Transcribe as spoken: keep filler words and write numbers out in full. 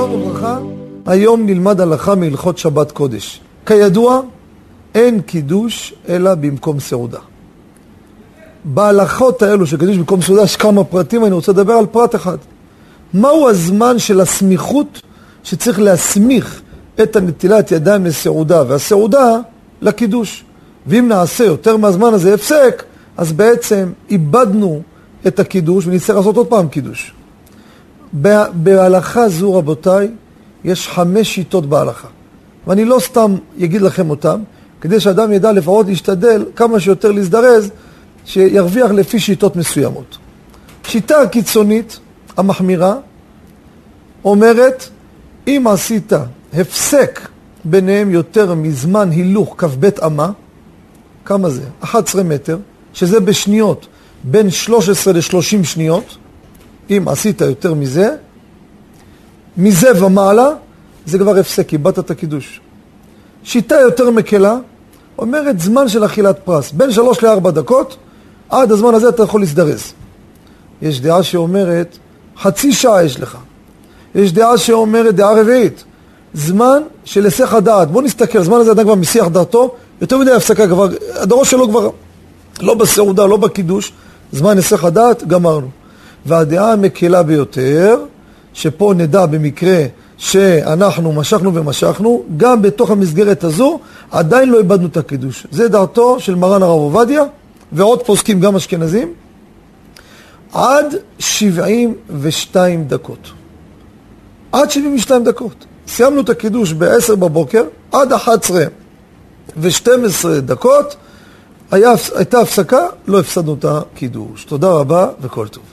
שלום וברכה, היום נלמד הלכה מהלכות שבת קודש. כידוע, אין קידוש אלא במקום סעודה. בהלכות האלו של קידוש במקום סעודה יש כמה פרטים, אני רוצה לדבר על פרט אחד. מהו הזמן של הסמיכות שצריך להסמיך את הנטילת ידיים לסעודה, והסעודה לקידוש. ואם נעשה יותר מהזמן הזה הפסק, אז בעצם איבדנו את הקידוש ונצטרך לעשות עוד פעם קידוש. בהלכה זו, רבותיי, יש חמש שיטות בהלכה. ואני לא סתם אגיד לכם אותם, כדי שאדם ידע לפחות להשתדל כמה שיותר להזדרז, שירוויח לפי שיטות מסוימות. שיטה הקיצונית, המחמירה, אומרת, אם עשית הפסק ביניהם יותר מזמן הילוך כ"ב אמה, כמה זה? אחד עשר מטר, שזה בשניות, בין שלוש עשרה ל-שלושים שניות, אם עשית יותר מזה, מזה ומעלה, זה כבר הפסק, איבדת את הקידוש. שיטה יותר מקלה, אומרת זמן של אכילת פרס, בין שלוש לארבע דקות, עד הזמן הזה אתה יכול להזדרז. יש דעה שאומרת, חצי שעה יש לך. יש דעה שאומרת, דעה רביעית, זמן של היסח הדעת. בוא נסתכל, הזמן הזה אדם כבר מסיח דעתו, יותר מדי הפסקה כבר, הדרו שלו כבר לא בסעודה, לא בקידוש, זמן היסח הדעת, גמרנו. והדעה המקלה ביותר, שפה נדע במקרה שאנחנו משכנו ומשכנו, גם בתוך המסגרת הזו, עדיין לא איבדנו את הקידוש. זה דעתו של מרן הרב עובדיה, ועוד פוסקים גם אשכנזים, עד שבעים ושתיים דקות. עד שבעים ושתיים דקות. סיימנו את הקידוש ב-עשר בבוקר, עד אחת עשרה ו-שתים עשרה דקות, היה, הייתה הפסקה, לא הפסדנו את הקידוש. תודה רבה וכל טוב.